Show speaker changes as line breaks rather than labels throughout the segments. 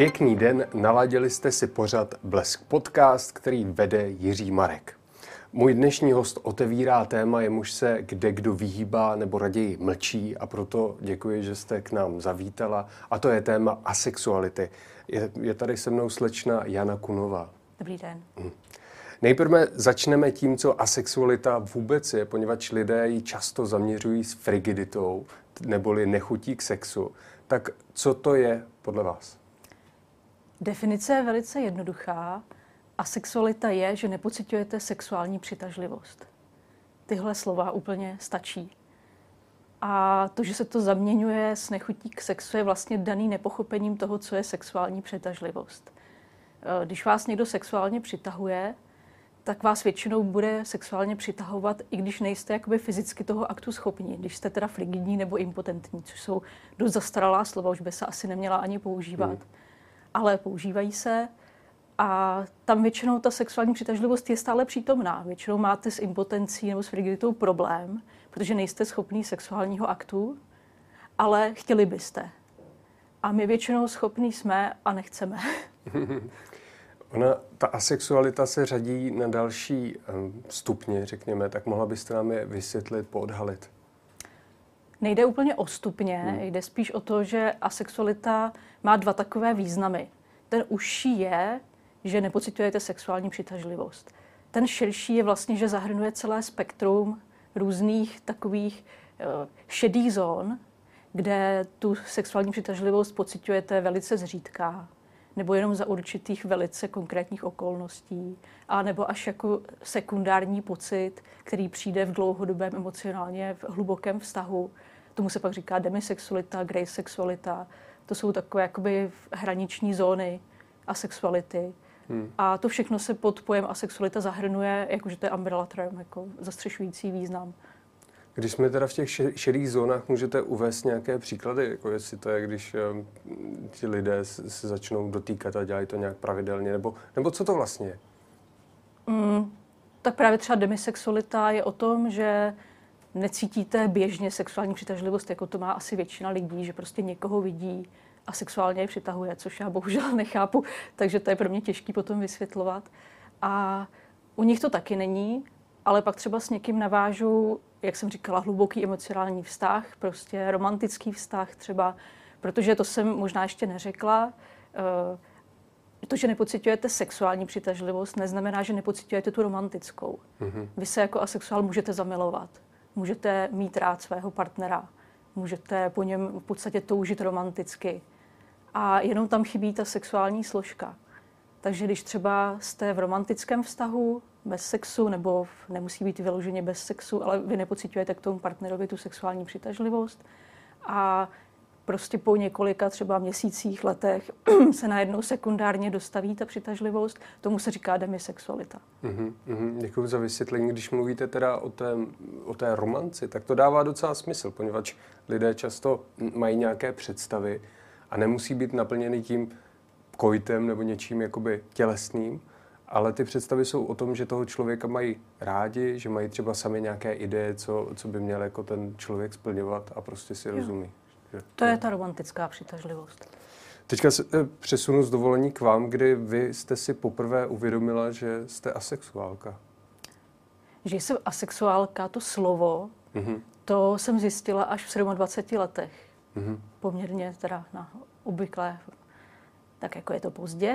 Pěkný den, naladili jste si pořad Blesk podcast, který vede Jiří Marek. Můj dnešní host otevírá téma, jemuž se kdekdo vyhýbá nebo raději mlčí, a proto děkuji, že jste k nám zavítala. A to je téma asexuality. Je tady se mnou slečna Jana Kunová.
Dobrý den.
Nejprve začneme tím, co asexualita vůbec je, poněvadž lidé ji často zaměřují s frigiditou, neboli nechutí k sexu. Tak co to je podle vás?
Definice je velice jednoduchá. Asexualita je, že nepociťujete sexuální přitažlivost. Tyhle slova úplně stačí. A to, že se to zaměňuje s nechutí k sexu, je vlastně daný nepochopením toho, co je sexuální přitažlivost. Když vás někdo sexuálně přitahuje, tak vás většinou bude sexuálně přitahovat, i když nejste jakoby fyzicky toho aktu schopni. Když jste teda frigidní nebo impotentní, což jsou dost zastaralá slova, už by se asi neměla ani používat. Ale používají se a tam většinou ta sexuální přitažlivost je stále přítomná. Většinou máte s impotencí nebo s frigiditou problém, protože nejste schopný sexuálního aktu, ale chtěli byste. A my většinou schopní jsme a nechceme.
Ta asexualita se řadí na další stupně, řekněme, tak mohla byste nám je vysvětlit, poodhalit?
Nejde úplně o stupně, jde spíš o to, že asexualita má dva takové významy. Ten užší je, že nepociťujete sexuální přitažlivost. Ten širší je vlastně, že zahrnuje celé spektrum různých takových šedých zón, kde tu sexuální přitažlivost pociťujete velice zřídka, nebo jenom za určitých velice konkrétních okolností, a nebo až jako sekundární pocit, který přijde v dlouhodobém emocionálně v hlubokém vztahu. Tomu se pak říká demisexualita, graysexualita. To jsou takové jakoby hraniční zóny asexuality. A to všechno se pod pojem asexualita zahrnuje, jakože to je umbrella term, jako zastřešující význam.
Když jsme teda v těch šedých zónách, můžete uvést nějaké příklady, jako jestli to je, když ti lidé se začnou dotýkat a dělají to nějak pravidelně, nebo co to vlastně je?
Tak právě třeba demisexualita je o tom, že necítíte běžně sexuální přitažlivost, jako to má asi většina lidí, že prostě někoho vidí a sexuálně je přitahuje, což já bohužel nechápu, takže to je pro mě těžký potom vysvětlovat. A u nich to taky není, ale pak třeba s někým navážu, jak jsem říkala, hluboký emocionální vztah, prostě romantický vztah třeba, protože to jsem možná ještě neřekla. To, že nepociťujete sexuální přitažlivost, neznamená, že nepociťujete tu romantickou. Vy se jako asexuál můžete zamilovat, můžete mít rád svého partnera, můžete po něm v podstatě toužit romanticky. A jenom tam chybí ta sexuální složka. Takže když třeba jste v romantickém vztahu bez sexu, nebo nemusí být vyloženě bez sexu, ale vy nepociťujete k tomu partnerovi tu sexuální přitažlivost a prostě po několika třeba měsících, letech se najednou sekundárně dostaví ta přitažlivost, tomu se říká demisexualita.
Děkuji za vysvětlení. Když mluvíte teda o té romanci, tak to dává docela smysl, poněvadž lidé často mají nějaké představy a nemusí být naplněny tím koitem nebo něčím jakoby tělesným, ale ty představy jsou o tom, že toho člověka mají rádi, že mají třeba sami nějaké ideje, co by měl jako ten člověk splňovat a prostě si rozumí.
To je ta romantická přitažlivost.
Teďka se přesunu z dovolení k vám, kdy vy jste si poprvé uvědomila, že jste asexuálka.
Že jsem asexuálka, to slovo, to jsem zjistila až v 27 letech. Poměrně teda na obvyklé, tak jako je to pozdě.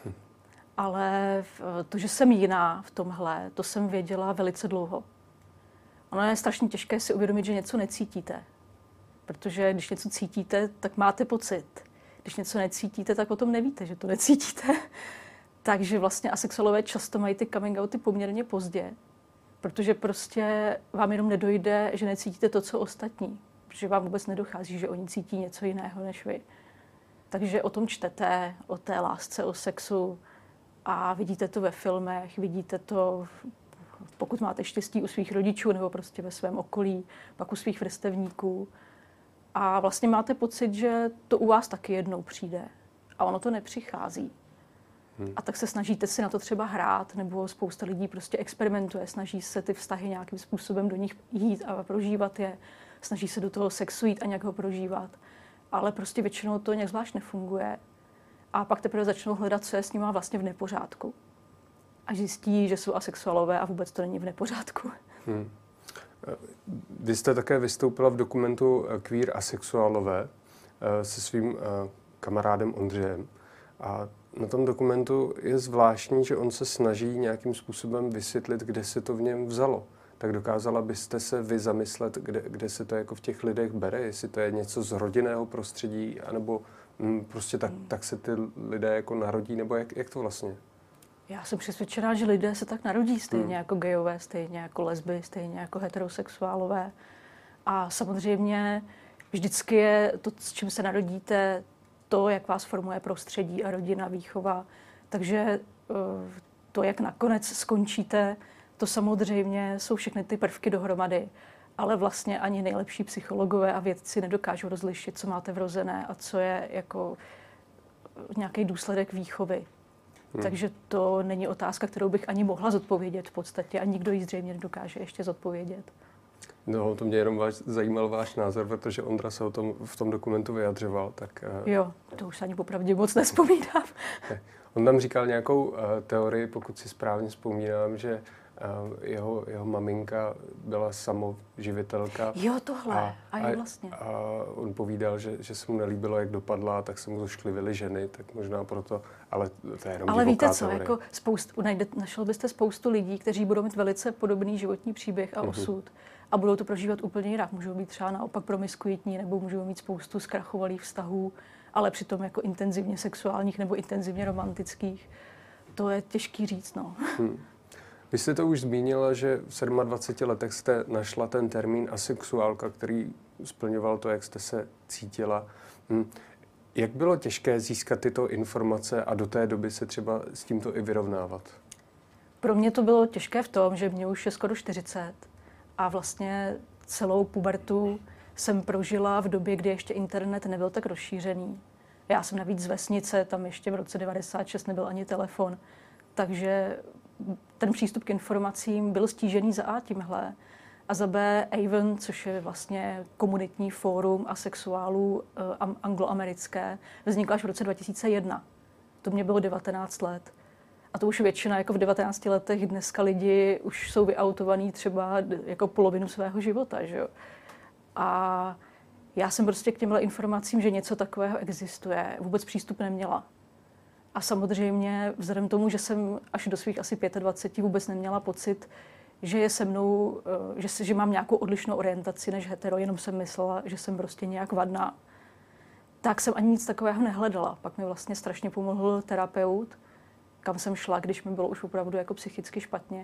Ale to, že jsem jiná v tomhle, to jsem věděla velice dlouho. Ono je strašně těžké si uvědomit, že něco necítíte. Protože když něco cítíte, tak máte pocit. Když něco necítíte, tak o tom nevíte, že to necítíte. Takže vlastně asexuálové často mají ty coming outy poměrně pozdě. Protože prostě vám jenom nedojde, že necítíte to, co ostatní. Protože vám vůbec nedochází, že oni cítí něco jiného než vy. Takže o tom čtete, o té lásce, o sexu a vidíte to ve filmech, vidíte to, pokud máte štěstí u svých rodičů nebo prostě ve svém okolí, pak u svých vrstevníků. A vlastně máte pocit, že to u vás taky jednou přijde. A ono to nepřichází. A tak se snažíte si na to třeba hrát, nebo spousta lidí prostě experimentuje, snaží se ty vztahy nějakým způsobem do nich jít a prožívat je. Snaží se do toho sexu jít a nějak ho prožívat. Ale prostě většinou to nějak zvlášť nefunguje. a pak teprve začnou hledat, co je s nima vlastně v nepořádku. A zjistí, že jsou asexuálové a vůbec to není v nepořádku.
Vy jste také vystoupila v dokumentu Queer asexuálové se svým kamarádem Ondřejem. A na tom dokumentu je zvláštní, že on se snaží nějakým způsobem vysvětlit, kde se to v něm vzalo. Tak dokázala byste se vy zamyslet, kde se to jako v těch lidech bere, jestli to je něco z rodinného prostředí, anebo prostě tak se ty lidé jako narodí, nebo jak to vlastně?
Já jsem přesvědčená, že lidé se tak narodí stejně jako gejové, stejně jako lesby, stejně jako heterosexuálové. A samozřejmě vždycky je to, s čím se narodíte, to, jak vás formuje prostředí a rodina, výchova. Takže to, jak nakonec skončíte, to samozřejmě jsou všechny ty prvky dohromady. Ale vlastně ani nejlepší psychologové a vědci nedokážou rozlišit, co máte vrozené a co je jako nějaký důsledek výchovy. Takže to není otázka, kterou bych ani mohla zodpovědět v podstatě a nikdo ji zřejmě nedokáže ještě zodpovědět.
No, to mě jenom zajímal váš názor, protože Ondra se o tom v tom dokumentu vyjadřoval. Tak,
jo, to už ani popravdě moc nevzpomínám.
On tam říkal nějakou teorii, pokud si správně vzpomínám, že jeho maminka byla samoživitelka.
Jo, tohle. A vlastně.
A on povídal, že se mu nelíbilo, jak dopadla, tak se mu zošklivily ženy, tak možná proto, ale to je jenom
ale víte co,
teorie.
jako našel byste spoustu lidí, kteří budou mít velice podobný životní příběh a osud a budou to prožívat úplně jinak. Můžou být třeba naopak promiskuitní, nebo můžou mít spoustu zkrachovalých vztahů, ale přitom jako intenzivně sexuálních nebo intenzivně romantických. To je těžký říct, no.
Vy jste to už zmínila, že v 27 letech jste našla ten termín asexuálka, který splňoval to, jak jste se cítila. Jak bylo těžké získat tyto informace a do té doby se třeba s tímto i vyrovnávat?
Pro mě to bylo těžké v tom, že mě už je skoro 40 a vlastně celou pubertu jsem prožila v době, kdy ještě internet nebyl tak rozšířený. Já jsem navíc z vesnice, tam ještě v roce 96 nebyl ani telefon, takže ten přístup k informacím byl stížený za A tímhle. A za B Avon, což je vlastně komunitní fórum asexuálů angloamerické, vznikla až v roce 2001. To mě bylo 19 let. A to už většina, jako v 19 letech dneska lidi už jsou vyautovaní třeba jako polovinu svého života, že jo. A já jsem prostě k těmhle informacím, že něco takového existuje, vůbec přístup neměla. A samozřejmě vzhledem tomu, že jsem až do svých asi 25 vůbec neměla pocit, že je se mnou, že mám nějakou odlišnou orientaci než hetero, jenom jsem myslela, že jsem prostě nějak vadná, tak jsem ani nic takového nehledala. Pak mi vlastně strašně pomohl terapeut, kam jsem šla, když mi bylo už opravdu jako psychicky špatně.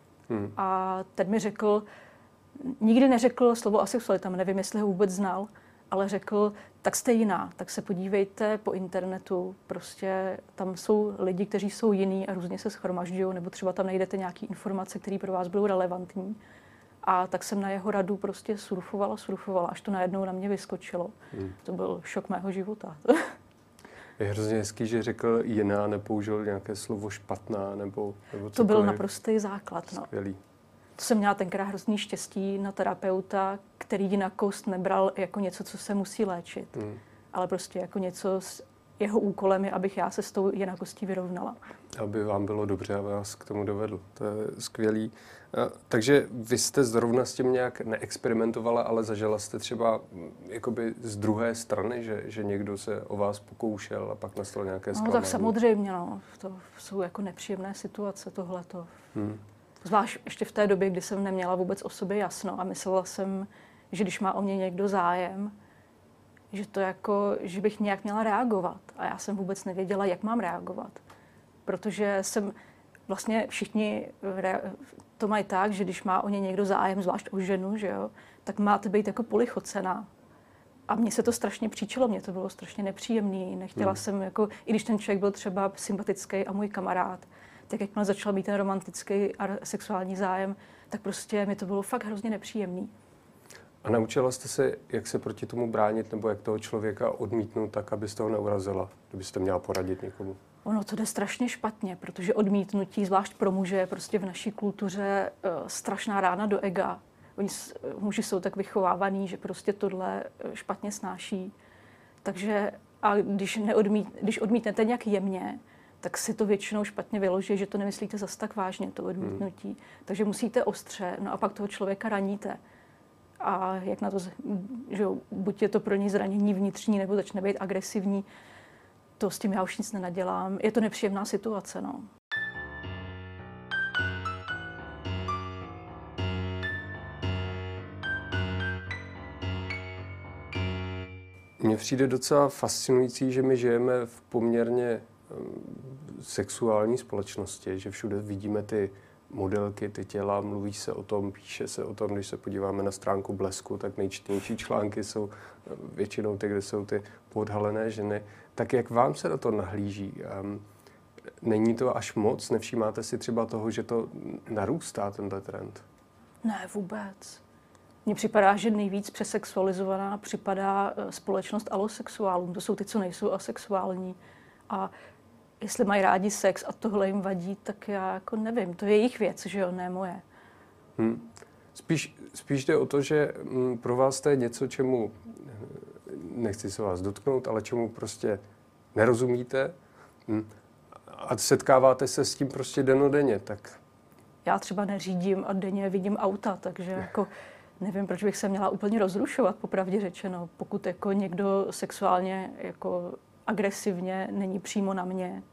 A ten mi řekl, nikdy neřekl slovo asexualita, nevím, jestli ho vůbec znal, ale řekl, tak jste jiná, tak se podívejte po internetu, prostě tam jsou lidi, kteří jsou jiní a různě se shromažďují, nebo třeba tam najdete nějaké informace, které pro vás budou relevantní. A tak jsem na jeho radu prostě surfovala, až to najednou na mě vyskočilo. To byl šok mého života.
Je hrozně hezký, že řekl jiná, nepoužil nějaké slovo špatná, nebo cokoliv.
To byl naprostý základ. No.
Skvělý.
To jsem měla tenkrát hrozný štěstí na terapeuta, který jinakost nebral jako něco, co se musí léčit, ale prostě jako něco, jeho úkolem je, abych já se s tou jinakostí vyrovnala. Aby
vám bylo dobře a vás k tomu dovedl. To je skvělý. Takže vy jste zrovna s tím nějak neexperimentovala, ale zažila jste třeba jakoby z druhé strany, že někdo se o vás pokoušel a pak nastalo nějaké zklamání?
No tak samozřejmě, no. To jsou jako nepříjemné situace, tohleto. Zvlášť ještě v té době, kdy jsem neměla vůbec o sobě jasno a myslela jsem, že když má o mě někdo zájem, že to jako, že bych nějak měla reagovat. A já jsem vůbec nevěděla, jak mám reagovat. Protože jsem vlastně všichni to mají tak, že když má o ně někdo zájem, zvlášť o ženu, že jo, tak máte být jako polichocená. A mně se to strašně příčilo, mně to bylo strašně nepříjemný. Nechtěla jsem, jako, i když ten člověk byl třeba sympatický a můj kamarád, tak jakmile začal být ten romantický a sexuální zájem, tak prostě mi to bylo fakt hrozně nepříjemný.
A naučila jste se, jak se proti tomu bránit, nebo jak toho člověka odmítnout tak, abyste ho neurazila, kdybyste měla poradit někomu?
Ono to jde strašně špatně, protože odmítnutí, zvlášť pro muže, je prostě v naší kultuře strašná rána do ega. Muži jsou tak vychovávaní, že prostě tohle špatně snáší. Takže A když odmítnete nějak jemně, tak si to většinou špatně vyloží, že to nemyslíte zas tak vážně, to odmítnutí. Takže musíte ostře, no a pak toho člověka raníte. A jak na to, že buď je to pro něj zranění vnitřní, nebo začne být agresivní, to s tím já už nic nenadělám. Je to nepříjemná situace, no.
Mně přijde docela fascinující, že my žijeme v poměrně sexuální společnosti, že všude vidíme ty modelky, ty těla, mluví se o tom, píše se o tom, když se podíváme na stránku Blesku, tak nejčtenější články jsou většinou ty, kde jsou ty podhalené ženy. Tak jak vám se na to nahlíží? Není to až moc? Nevšímáte si třeba toho, že to narůstá, tenhle trend?
Ne, vůbec. Mně připadá, že nejvíc přesexualizovaná připadá společnost alosexuálům. To jsou ty, co nejsou asexuální. A jestli mají rádi sex a tohle jim vadí, tak já jako nevím. To je jejich věc, že jo, ne moje.
Spíš jde o to, že pro vás to je něco, čemu, nechci se vás dotknout, ale čemu prostě nerozumíte a setkáváte se s tím prostě dennodenně, tak...
Já třeba neřídím a denně vidím auta, takže jako nevím, proč bych se měla úplně rozrušovat, popravdě řečeno. Pokud jako někdo sexuálně jako agresivně není přímo na mě,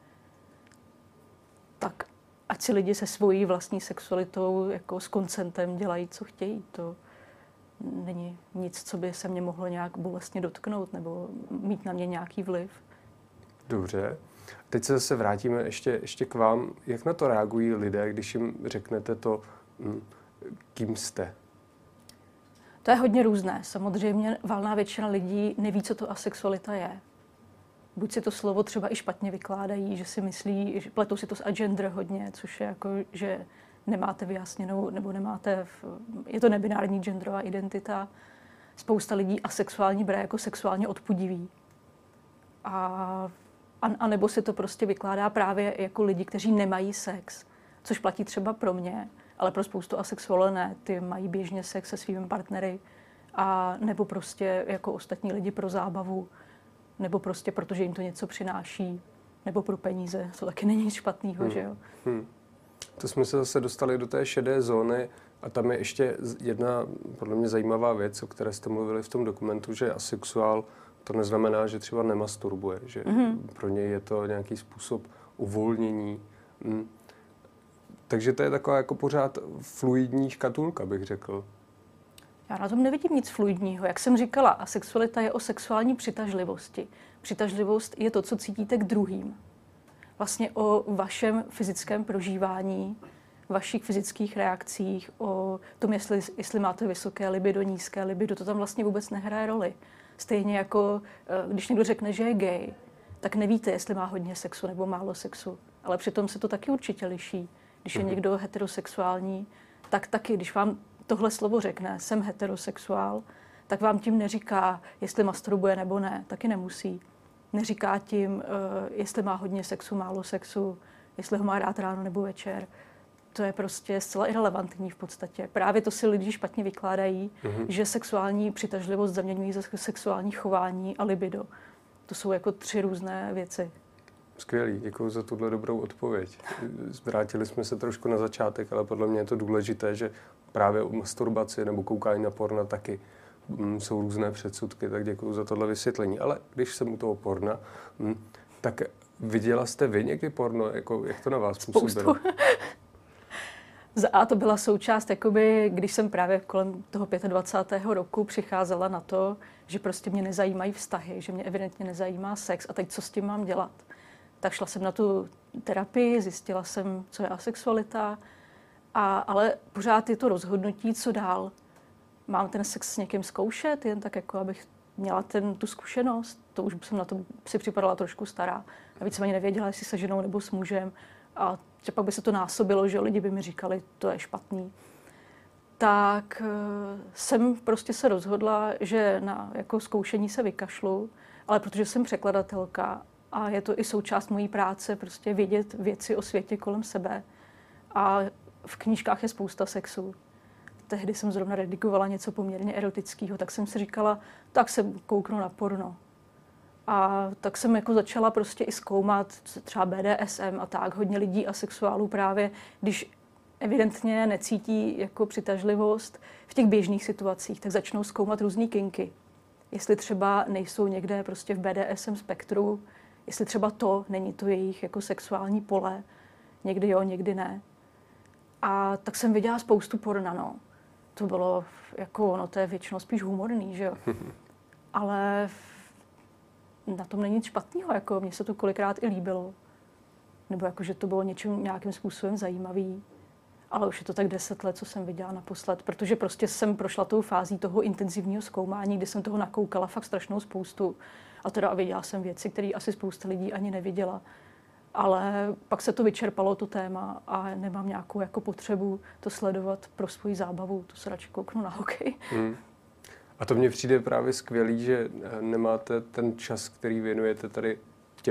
tak ať si lidi se svojí vlastní sexualitou jako s koncentem dělají, co chtějí. To není nic, co by se mě mohlo nějak bolestně dotknout nebo mít na mě nějaký vliv.
Dobře. Teď se zase vrátíme ještě k vám. Jak na to reagují lidé, když jim řeknete to, kým jste?
To je hodně různé. Samozřejmě valná většina lidí neví, co to asexualita je. Buď si to slovo třeba i špatně vykládají, že si myslí, že pletou si to s agender hodně, což je jako, že nemáte vyjasněnou, nebo je to nebinární genderová identita. Spousta lidí asexuální bere jako sexuálně odpudivý. A nebo si to prostě vykládá právě jako lidi, kteří nemají sex, což platí třeba pro mě, ale pro spoustu asexuálů ne. Ty mají běžně sex se svými partnery a nebo prostě jako ostatní lidi pro zábavu, nebo prostě protože jim to něco přináší, nebo pro peníze. To taky není nic špatného, že jo?
To jsme se zase dostali do té šedé zóny a tam je ještě jedna podle mě zajímavá věc, o které jste mluvili v tom dokumentu, že asexuál to neznamená, že třeba nemasturbuje, že pro něj je to nějaký způsob uvolnění. Takže to je taková jako pořád fluidní škatulka, bych řekl.
Já na tom nevidím nic fluidního. Jak jsem říkala, asexualita je o sexuální přitažlivosti. Přitažlivost je to, co cítíte k druhým. Vlastně o vašem fyzickém prožívání, vašich fyzických reakcích, o tom, jestli máte vysoké libido, nízké libido, to tam vlastně vůbec nehraje roli. Stejně jako, když někdo řekne, že je gay, tak nevíte, jestli má hodně sexu nebo málo sexu. Ale přitom se to taky určitě liší. Když je někdo heterosexuální, tak taky, když vám tohle slovo řekne, jsem heterosexuál, tak vám tím neříká, jestli masturbuje nebo ne, taky nemusí. Neříká tím, jestli má hodně sexu, málo sexu, jestli ho má rád ráno nebo večer. To je prostě zcela irelevantní v podstatě. Právě to si lidi špatně vykládají, že sexuální přitažlivost zaměňují za sexuální chování a libido. To jsou jako 3 různé věci.
Skvělý, děkuji za tuhle dobrou odpověď. Vrátili jsme se trošku na začátek, ale podle mě je to důležité, že právě o masturbaci nebo koukání na porna taky jsou různé předsudky, tak děkuji za tohle vysvětlení. Ale když jsem u toho porna, tak viděla jste vy někdy porno? Jako, jak to na vás působilo?
A to byla součást, jakoby, když jsem právě kolem toho 25. roku přicházela na to, že prostě mě nezajímají vztahy, že mě evidentně nezajímá sex a teď co s tím mám dělat. Tak šla jsem na tu terapii, zjistila jsem, co je asexualita, ale pořád je to rozhodnutí, co dál. Mám ten sex s někým zkoušet, jen tak jako, abych měla tu zkušenost. To už jsem na to si připadala trošku stará. A víc jsem ani nevěděla, jestli se ženou nebo s mužem. A že pak by se to násobilo, že lidi by mi říkali, to je špatný. Tak jsem prostě se rozhodla, že na jako zkoušení se vykašlu, ale protože jsem překladatelka a je to i součást mojí práce, prostě vědět věci o světě kolem sebe. A v knížkách je spousta sexu. Tehdy jsem zrovna redigovala něco poměrně erotického, tak jsem si říkala, tak se kouknu na porno. A tak jsem jako začala prostě i zkoumat třeba BDSM a tak. Hodně lidí asexuálů právě, když evidentně necítí jako přitažlivost v těch běžných situacích, tak začnou zkoumat různý kinky. Jestli třeba nejsou někde prostě v BDSM spektru, jestli třeba to není to jejich jako sexuální pole. Někdy jo, někdy ne. A tak jsem viděla spoustu porna, no. To bylo jako, no to je většinou spíš humorný, že jo. Ale na tom není nic špatného, jako mně se to kolikrát i líbilo. Nebo jako, že to bylo nějakým způsobem zajímavý. Ale už je to tak 10 let, co jsem viděla naposled, protože prostě jsem prošla tou fází toho intenzivního zkoumání, kdy jsem toho nakoukala fakt strašnou spoustu. A teda viděla jsem věci, které asi spousta lidí ani neviděla. Ale pak se to vyčerpalo, to téma, a nemám nějakou jako potřebu to sledovat pro svoji zábavu. To se radši kouknu na hokej.
A to mně přijde právě skvělý, že nemáte ten čas, který věnujete tady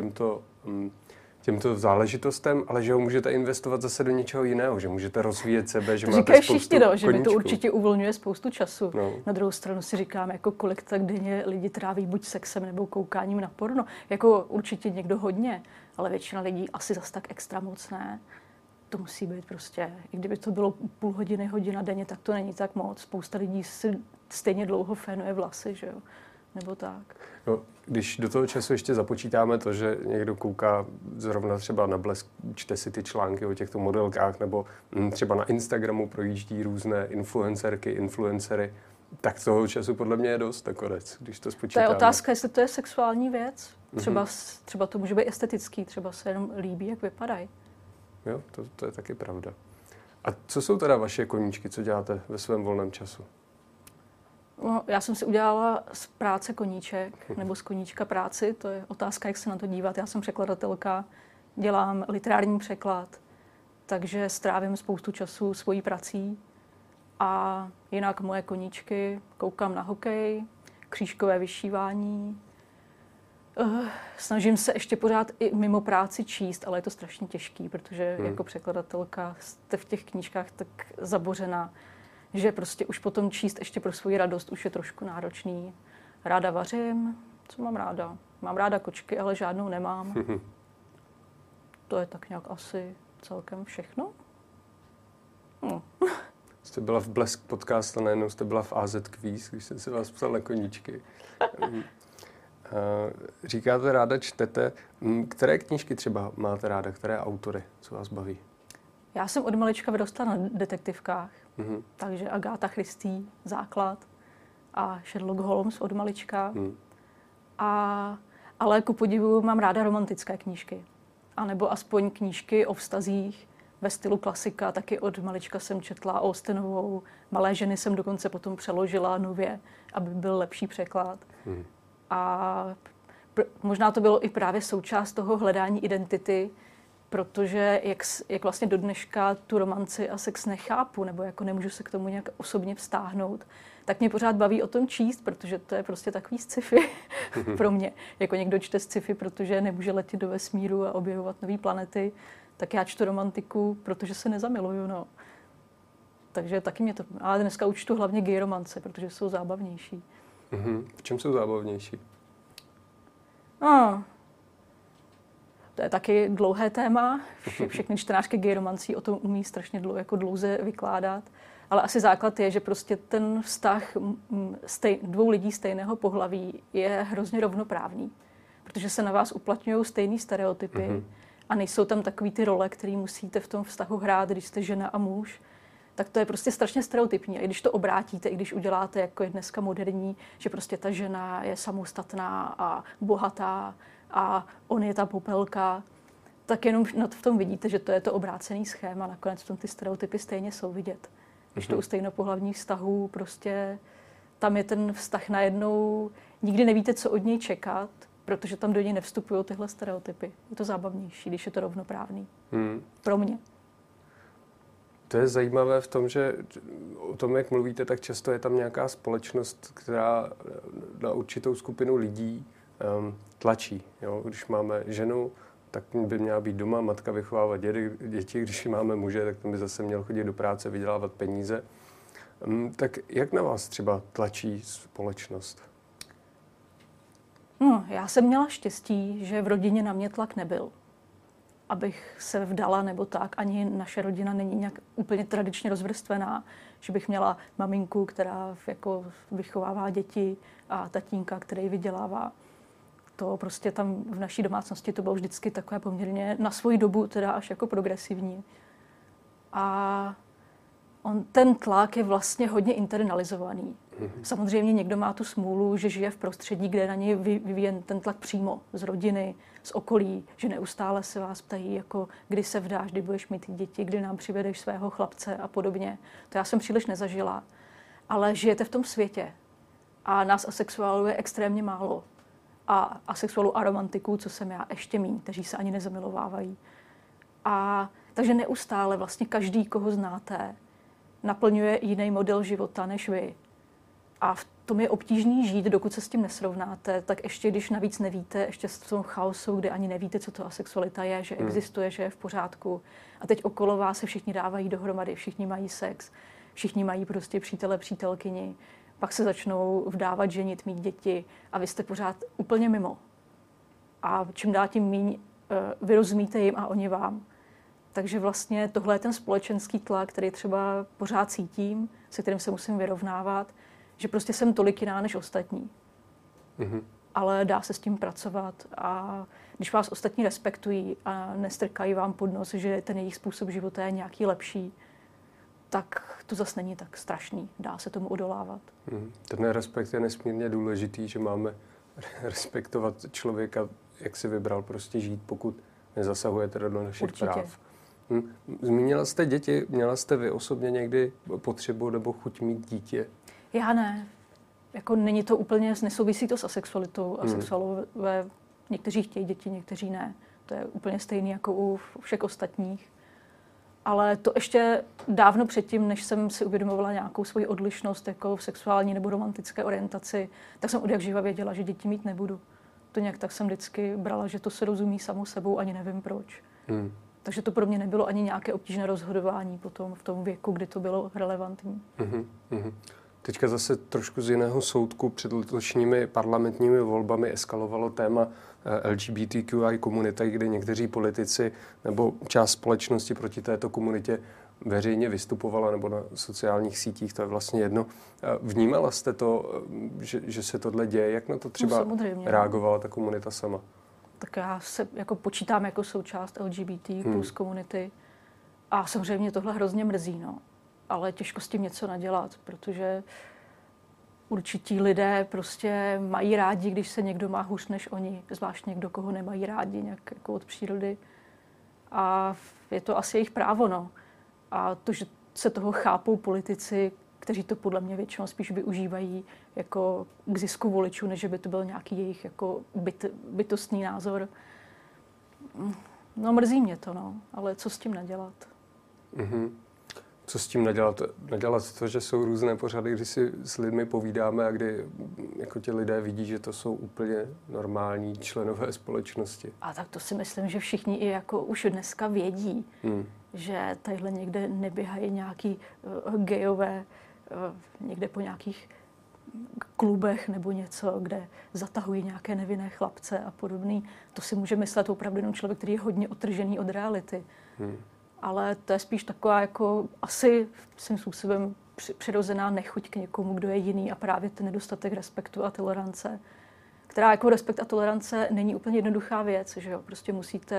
těmto záležitostem, ale že ho můžete investovat zase do něčeho jiného, že můžete rozvíjet sebe, že máte spoustu
všichni, že mi to určitě uvolňuje spoustu času.
No.
Na druhou stranu si říkám, jako kolik tak denně lidi tráví buď sexem nebo koukáním na porno. Jako určitě někdo hodně, ale většina lidí asi zas tak extra moc ne. To musí být prostě, i kdyby to bylo půl hodiny, hodina denně, tak to není tak moc. Spousta lidí si stejně dlouho fénuje vlasy, že jo, nebo tak.
No, když do toho času ještě započítáme to, že někdo kouká zrovna třeba na Blesk, čte si ty články o těchto modelkách, nebo třeba na Instagramu projíždí různé influencerky, influencery, tak toho času podle mě je dost nakonec, když to spočítáme.
To je otázka, jestli to je sexuální věc. Třeba to může být estetický, třeba se jenom líbí, jak vypadají.
Jo, to je taky pravda. A co jsou teda vaše koníčky, co děláte ve svém volném času?
No, já jsem si udělala z práce koníček, nebo z koníčka práci, to je otázka, jak se na to dívat. Já jsem překladatelka, dělám literární překlad, takže strávím spoustu času svojí prací. A jinak moje koníčky, koukám na hokej, křížkové vyšívání. Snažím se ještě pořád i mimo práci číst, ale je to strašně těžký, protože jako překladatelka jste v těch knížkách tak zabořená, že prostě už potom číst ještě pro svou radost už je trošku náročný. Ráda vařím. Co mám ráda? Mám ráda kočky, ale žádnou nemám. To je tak nějak asi celkem všechno.
Jste byla v Blesk podcast a najednou jste byla v AZ Quiz, když jsem se vás ptal na koníčky. Říkáte, ráda čtete. Které knížky třeba máte ráda? Které autory? Co vás baví?
Já jsem od malička vyrostla na detektivkách. Takže Agatha Christie, základ, a Sherlock Holmes od malička. Ale ku podivu mám ráda romantické knížky. A nebo aspoň knížky o vztazích ve stylu klasika. Taky od malička jsem četla Austenovou. Malé ženy jsem dokonce potom přeložila nově, aby byl lepší překlad. A možná to bylo i právě součást toho hledání identity, protože jak vlastně do dneška tu romanci a sex nechápu, nebo jako nemůžu se k tomu nějak osobně vztáhnout, tak mě pořád baví o tom číst, protože to je prostě takový sci-fi pro mě. Jako někdo čte sci-fi, protože nemůže letět do vesmíru a objevovat nové planety, tak já čtu romantiku, protože se nezamiluju, no. Takže taky mě to... Ale dneska už čtu hlavně gay romance, protože jsou zábavnější.
V čem jsou zábavnější?
To je taky dlouhé téma. Všechny čtenářky gay romancí o tom umí strašně dlouze vykládat. Ale asi základ je, že prostě ten vztah dvou lidí stejného pohlaví je hrozně rovnoprávný. Protože se na vás uplatňují stejný stereotypy a nejsou tam takový ty role, které musíte v tom vztahu hrát, když jste žena a muž. Tak to je prostě strašně stereotypní. A i když to obrátíte, i když uděláte, jako je dneska moderní, že prostě ta žena je samostatná a bohatá a on je ta popelka, tak jenom v tom vidíte, že to je to obrácený schéma. Nakonec v tom ty stereotypy stejně jsou vidět. Když to u stejnopohlavních vztahů, prostě tam je ten vztah najednou, nikdy nevíte, co od něj čekat, protože tam do něj nevstupují tyhle stereotypy. Je to zábavnější, když je to rovnoprávný. Pro mě.
To je zajímavé v tom, že o tom, jak mluvíte, tak často je tam nějaká společnost, která na určitou skupinu lidí tlačí. Jo? Když máme ženu, tak by měla být doma, matka vychovávat děti. Když máme muže, tak ten by zase měl chodit do práce, vydělávat peníze. Tak jak na vás třeba tlačí společnost?
No, já jsem měla štěstí, že v rodině na mě tlak nebyl, abych se vdala nebo tak. Ani naše rodina není nějak úplně tradičně rozvrstvená, že bych měla maminku, která jako vychovává děti a tatínka, který vydělává. To prostě tam v naší domácnosti to bylo vždycky takové poměrně na svoji dobu teda až jako progresivní. A ten tlak je vlastně hodně internalizovaný. Samozřejmě někdo má tu smůlu, že žije v prostředí, kde je na něj vyvíjen ten tlak přímo z rodiny, z okolí, že neustále se vás ptají, jako kdy se vdáš, kdy budeš mít děti, kdy nám přivedeš svého chlapce a podobně. To já jsem příliš nezažila. Ale žijete v tom světě a nás asexuálů je extrémně málo. A asexuálů a romantiků, co jsem já, ještě míň, kteří se ani nezamilovávají. A takže neustále vlastně každý, koho znáte, naplňuje jiný model života než vy. A v tom je obtížný žít, dokud se s tím nesrovnáte, tak ještě když navíc nevíte, ještě v tom chaosu, kde ani nevíte, co to asexualita je, že existuje, že je v pořádku. A teď okolo vás se všichni dávají dohromady, všichni mají sex, všichni mají prostě přítele, přítelkyni, pak se začnou vdávat, ženit, mít děti a vy jste pořád úplně mimo. A čím dál tím míň vy rozumíte jim a oni vám. Takže vlastně tohle je ten společenský tlak, který třeba pořád cítím, se kterým se musím vyrovnávat, že prostě jsem tolik jiná než ostatní. Ale dá se s tím pracovat a když vás ostatní respektují a nestrkají vám pod nos, že ten jejich způsob života je nějaký lepší, tak to zase není tak strašný. Dá se tomu odolávat.
Ten respekt je nesmírně důležitý, že máme respektovat člověka, jak si vybral prostě žít, pokud nezasahuje teda do našich práv. Zmínila jste děti, měla jste vy osobně někdy potřebu nebo chuť mít dítě?
Já ne. Jako není to úplně, nesouvisí to s asexualitou. Asexuálové, někteří chtějí děti, někteří ne. To je úplně stejný jako u všech ostatních. Ale to ještě dávno předtím, než jsem si uvědomovala nějakou svoji odlišnost jako v sexuální nebo romantické orientaci, tak jsem odjakživa věděla, že děti mít nebudu. To nějak tak jsem vždycky brala, že to se rozumí samou sebou, ani nevím proč. Takže to pro mě nebylo ani nějaké obtížné rozhodování potom v tom věku, kdy to bylo relevantní.
Teďka zase trošku z jiného soudku před letošními parlamentními volbami eskalovalo téma LGBTQI komunity, kdy někteří politici nebo část společnosti proti této komunitě veřejně vystupovala nebo na sociálních sítích, to je vlastně jedno. Vnímala jste to, že se tohle děje? Jak na to třeba reagovala ta komunita sama?
Tak já se jako počítám jako součást LGBT plus komunity a samozřejmě tohle hrozně mrzí, no. Ale těžko s tím něco nadělat, protože určití lidé prostě mají rádi, když se někdo má hůř než oni, zvlášť někdo, koho nemají rádi nějak jako od přírody. A je to asi jejich právo, no. A to, že se toho chápou politici, kteří to podle mě většinou spíš využívají jako k zisku voličů, než by to byl nějaký jejich jako bytostný názor. No mrzí mě to, no, ale co s tím nadělat?
Co s tím nadělat? Nadělat to, že jsou různé pořady, kdy si s lidmi povídáme a kdy jako ti lidé vidí, že to jsou úplně normální členové společnosti.
A tak to si myslím, že všichni i jako už dneska vědí, že tadyhle někde neběhají nějaký gejové někde po nějakých klubech nebo něco, kde zatahují nějaké nevinné chlapce a podobný. To si může myslet opravdu jenom člověk, který je hodně odtržený od reality. Ale to je spíš taková jako asi svým způsobem přirozená nechuť k někomu, kdo je jiný a právě ten nedostatek respektu a tolerance, která jako respekt a tolerance není úplně jednoduchá věc, že jo? Prostě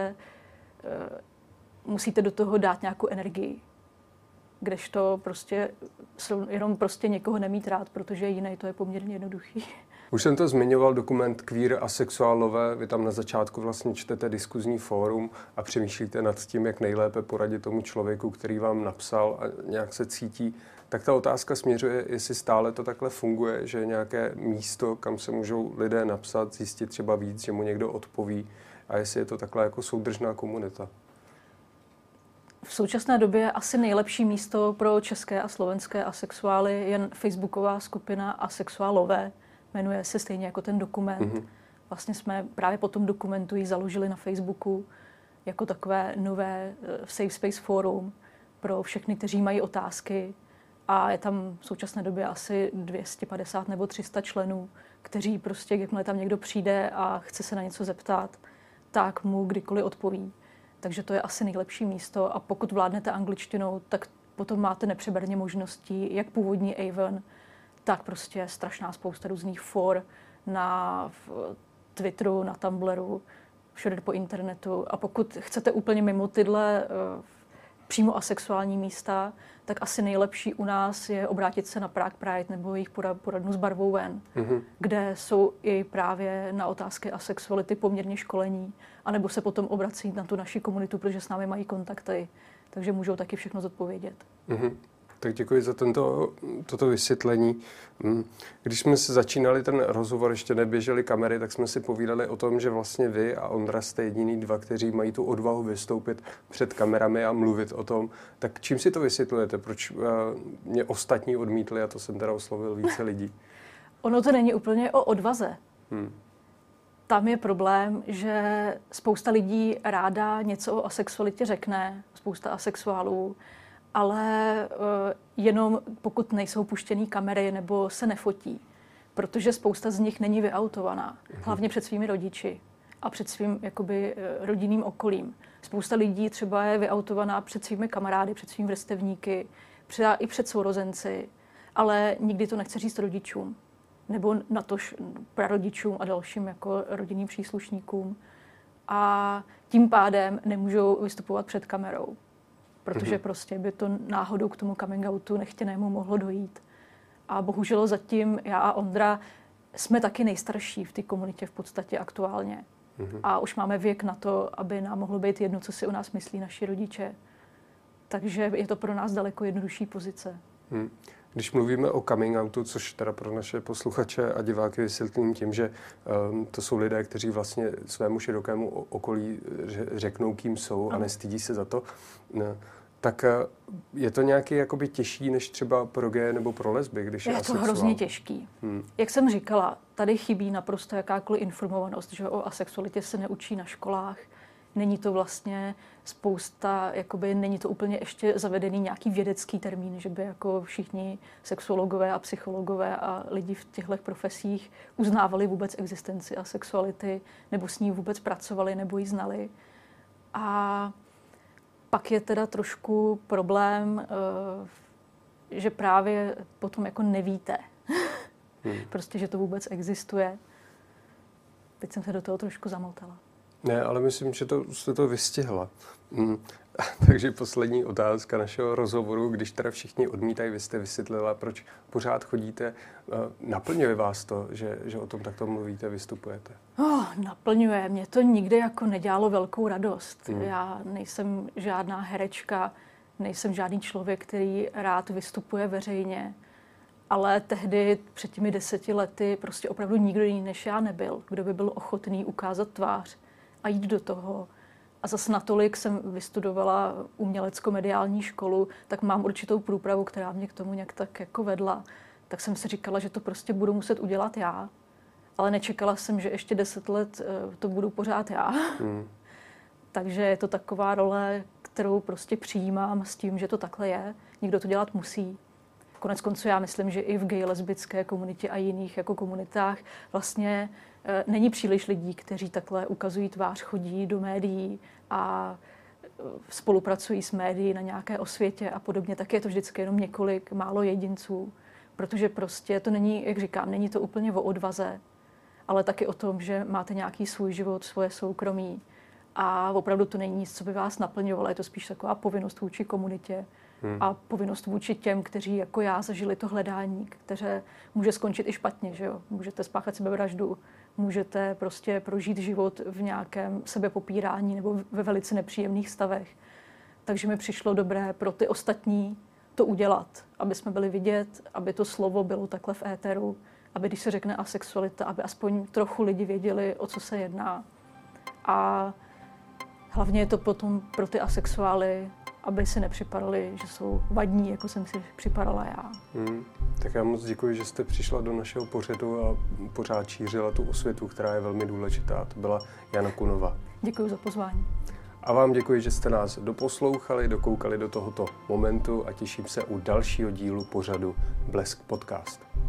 musíte do toho dát nějakou energii, kdežto prostě jenom prostě někoho nemít rád, protože je jiný, to je poměrně jednoduchý.
Už jsem to zmiňoval, dokument Queer a sexuálové. Vy tam na začátku vlastně čtete diskuzní fórum a přemýšlíte nad tím, jak nejlépe poradit tomu člověku, který vám napsal a nějak se cítí. Tak ta otázka směřuje, jestli stále to takhle funguje, že je nějaké místo, kam se můžou lidé napsat, zjistit třeba víc, že mu někdo odpoví a jestli je to takhle jako soudržná komunita.
V současné době asi nejlepší místo pro české a slovenské asexuály je facebooková skupina Asexuálové. Jmenuje se stejně jako ten dokument. Vlastně jsme právě po tom dokumentu ji založili na Facebooku jako takové nové safe space forum pro všechny, kteří mají otázky. A je tam v současné době asi 250 nebo 300 členů, kteří prostě, jakmile tam někdo přijde a chce se na něco zeptat, tak mu kdykoliv odpoví. Takže to je asi nejlepší místo a pokud vládnete angličtinou, tak potom máte nepřeberně možností, jak původní Avon, tak prostě strašná spousta různých for na Twitteru, na Tumblru, všude po internetu. A pokud chcete úplně mimo tyhle přímo asexuální místa, tak asi nejlepší u nás je obrátit se na Prague Pride nebo jejich poradnu s barvou ven, kde jsou i právě na otázky asexuality poměrně školení, anebo se potom obrací na tu naši komunitu, protože s námi mají kontakty, takže můžou taky všechno zodpovědět.
Tak děkuji za toto vysvětlení. Když jsme se začínali ten rozhovor, ještě neběžely kamery, tak jsme si povídali o tom, že vlastně vy a Ondra jste jediný dva, kteří mají tu odvahu vystoupit před kamerami a mluvit o tom. Tak čím si to vysvětlujete? Proč mě ostatní odmítli a to jsem teda oslovil více lidí?
Ono to není úplně o odvaze. Tam je problém, že spousta lidí ráda něco o asexualitě řekne, spousta asexuálů, ale jenom pokud nejsou puštěný kamery nebo se nefotí, protože spousta z nich není vyautovaná, hlavně před svými rodiči a před svým jakoby rodinným okolím. Spousta lidí třeba je vyautovaná před svými kamarády, před svými vrstevníky, i před sourozenci, ale nikdy to nechce říct rodičům nebo natož prarodičům a dalším jako rodinným příslušníkům. A tím pádem nemůžou vystupovat před kamerou, protože prostě by to náhodou k tomu coming outu nechtěnému mohlo dojít. A bohužel zatím já a Ondra jsme taky nejstarší v té komunitě v podstatě aktuálně. A už máme věk na to, aby nám mohlo být jedno, co si o nás myslí naši rodiče. Takže je to pro nás daleko jednodušší pozice.
Když mluvíme o coming outu, což teda pro naše posluchače a diváky vysvětlím tím, že to jsou lidé, kteří vlastně svému širokému okolí řeknou, kým jsou a nestydí se za to, tak je to nějaký jakoby těžší než třeba pro geje nebo pro lesby, když je asexuál?
Je to hrozně těžký. Jak jsem říkala, tady chybí naprosto jakákoliv informovanost, že o asexualitě se neučí na školách. Není to vlastně spousta, jakoby není to úplně ještě zavedený nějaký vědecký termín, že by jako všichni sexuologové a psychologové a lidi v těchto profesích uznávali vůbec existenci asexuality, nebo s ní vůbec pracovali, nebo ji znali. A pak je teda trošku problém, že právě potom jako nevíte, prostě, že to vůbec existuje. Teď jsem se do toho trošku zamotala.
Ne, ale myslím, že jste to vystihla. Takže poslední otázka našeho rozhovoru, když teda všichni odmítají, vy jste vysvětlila, proč pořád chodíte. Naplňuje vás to, že o tom takto mluvíte, vystupujete?
Naplňuje. Mě to nikdy jako nedělalo velkou radost. Já nejsem žádná herečka, nejsem žádný člověk, který rád vystupuje veřejně, ale tehdy před těmi 10 lety prostě opravdu nikdo jiný než já nebyl, kdo by byl ochotný ukázat tvář a jít do toho. A zase natolik jsem vystudovala umělecko-mediální školu, tak mám určitou průpravu, která mě k tomu nějak tak jako vedla. Tak jsem si říkala, že to prostě budu muset udělat já. Ale nečekala jsem, že ještě 10 let to budu pořád já. Takže je to taková role, kterou prostě přijímám s tím, že to takhle je. Někdo to dělat musí. Konec konců já myslím, že i v gay lesbické komunitě a jiných jako komunitách vlastně není příliš lidí, kteří takhle ukazují tvář, chodí do médií a spolupracují s médií na nějaké osvětě a podobně. Tak je to vždycky jenom několik málo jedinců, protože prostě to není, jak říkám, není to úplně o odvaze, ale taky o tom, že máte nějaký svůj život, svoje soukromí a opravdu to není nic, co by vás naplňovalo. Je to spíš taková povinnost vůči komunitě a povinnost vůči těm, kteří jako já zažili to hledání, které může skončit i špatně, že jo? Můžete spáchat sebevraždu, můžete prostě prožít život v nějakém sebepopírání nebo ve velice nepříjemných stavech. Takže mi přišlo dobré pro ty ostatní to udělat, aby jsme byli vidět, aby to slovo bylo takhle v éteru, aby když se řekne asexualita, aby aspoň trochu lidi věděli, o co se jedná. A hlavně je to potom pro ty asexuály, aby si nepřipadali, že jsou vadní, jako jsem si připadala já.
Tak já moc děkuji, že jste přišla do našeho pořadu a pořád šířila tu osvětu, která je velmi důležitá. To byla Jana Kunová.
Děkuji za pozvání.
A vám děkuji, že jste nás doposlouchali, dokoukali do tohoto momentu a těším se u dalšího dílu pořadu Blesk Podcast.